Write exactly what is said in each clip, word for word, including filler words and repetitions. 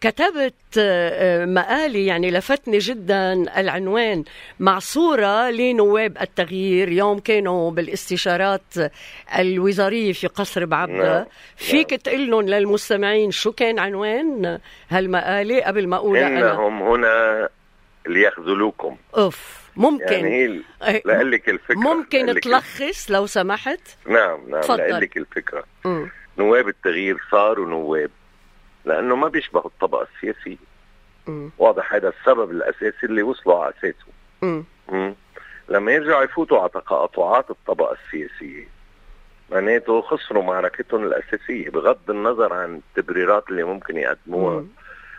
كتبت مقالي يعني لفتني جدا العنوان، مع صورة لنواب التغيير يوم كانوا بالاستشارات الوزارية في قصر بعبدة. نعم. فيك تقول لهم للمستمعين شو كان عنوان هالمقالة قبل ما أقولها أنا؟ إنهم هنا ليخذلوكم. أوف، ممكن يعني هي لقلك الفكرة، ممكن لقلك تلخص لو سمحت؟ نعم نعم تفضل. لقلك الفكرة. م. نواب التغيير صاروا نواب لأنه ما بيشبهوا الطبقة السياسية. م. واضح هذا السبب الأساسي اللي وصلوا على أساسه. م. م. لما يرجعوا يفوتوا على تقاطعات الطبقة السياسية معناته خسروا معركتهم الأساسية، بغض النظر عن التبريرات اللي ممكن يقدموها م.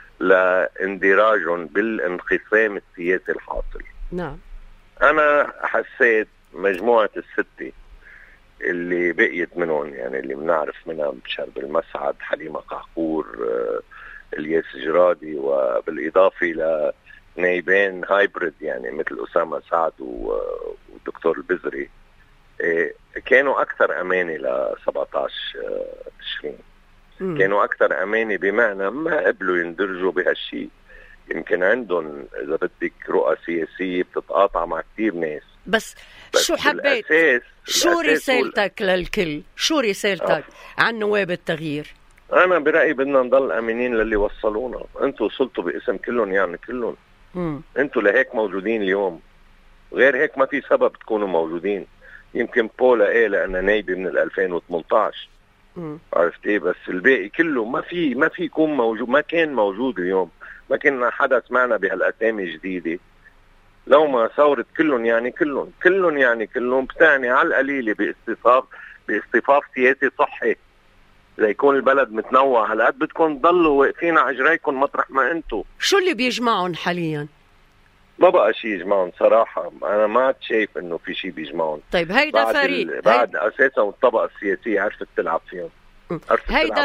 لاندراجهم بالانقسام السياسي الحاصل. نعم. أنا حسيت مجموعة الستة اللي بقيت منهم، يعني اللي بنعرف منها بشرب المسعد، حليمة قعقور، الياس جرادي، وبالإضافة لنايبين هايبريد يعني مثل أسامة سعد والدكتور البزري، كانوا أكثر أمانة ل سبعة عشر تشرين. كانوا أكثر أمانة بمعنى ما قبلوا يندرجوا بهالشيء. يمكن عندهم إذا بدك رؤى سياسية بتتقاطع مع كتير ناس، بس, بس شو حبيت؟ الأساس شو الأساس رسالتك وال... للكل؟ شو رسالتك أوه. عن نواب التغيير؟ أنا برأيي بدنا نضل أمينين للي وصلونا. أنتوا وصلتوا باسم كلهم، يعني كلهم م. أنتوا لهيك موجودين اليوم، غير هيك ما في سبب تكونوا موجودين. يمكن بولا إيه لأنه نايبة من ألفين وثمانية عشر، عرفت إيه، بس الباقي كله ما في ما في يكون موجود، ما كان موجود اليوم. ما كنا حدا سمعنا بهالأسامي جديدة لو ما صورت كلهم، يعني كلهم كلهم يعني كلهم بتعني على القليلة باصطفاف باصطفاف سياسي صحي ليكون البلد متنوع. هالقد بدكم تضلوا واقفين على اجريكم مطرح ما انتم. شو اللي بيجمعهم حاليا؟ ما بقى شيء يجمعهم صراحة. أنا ما عاد شايف إنه في شيء بيجمعهم. طيب هيدا بعد فريق بعد هيدا... أساسا الطبقة السياسية عرفت تلعب فيهم. هيدا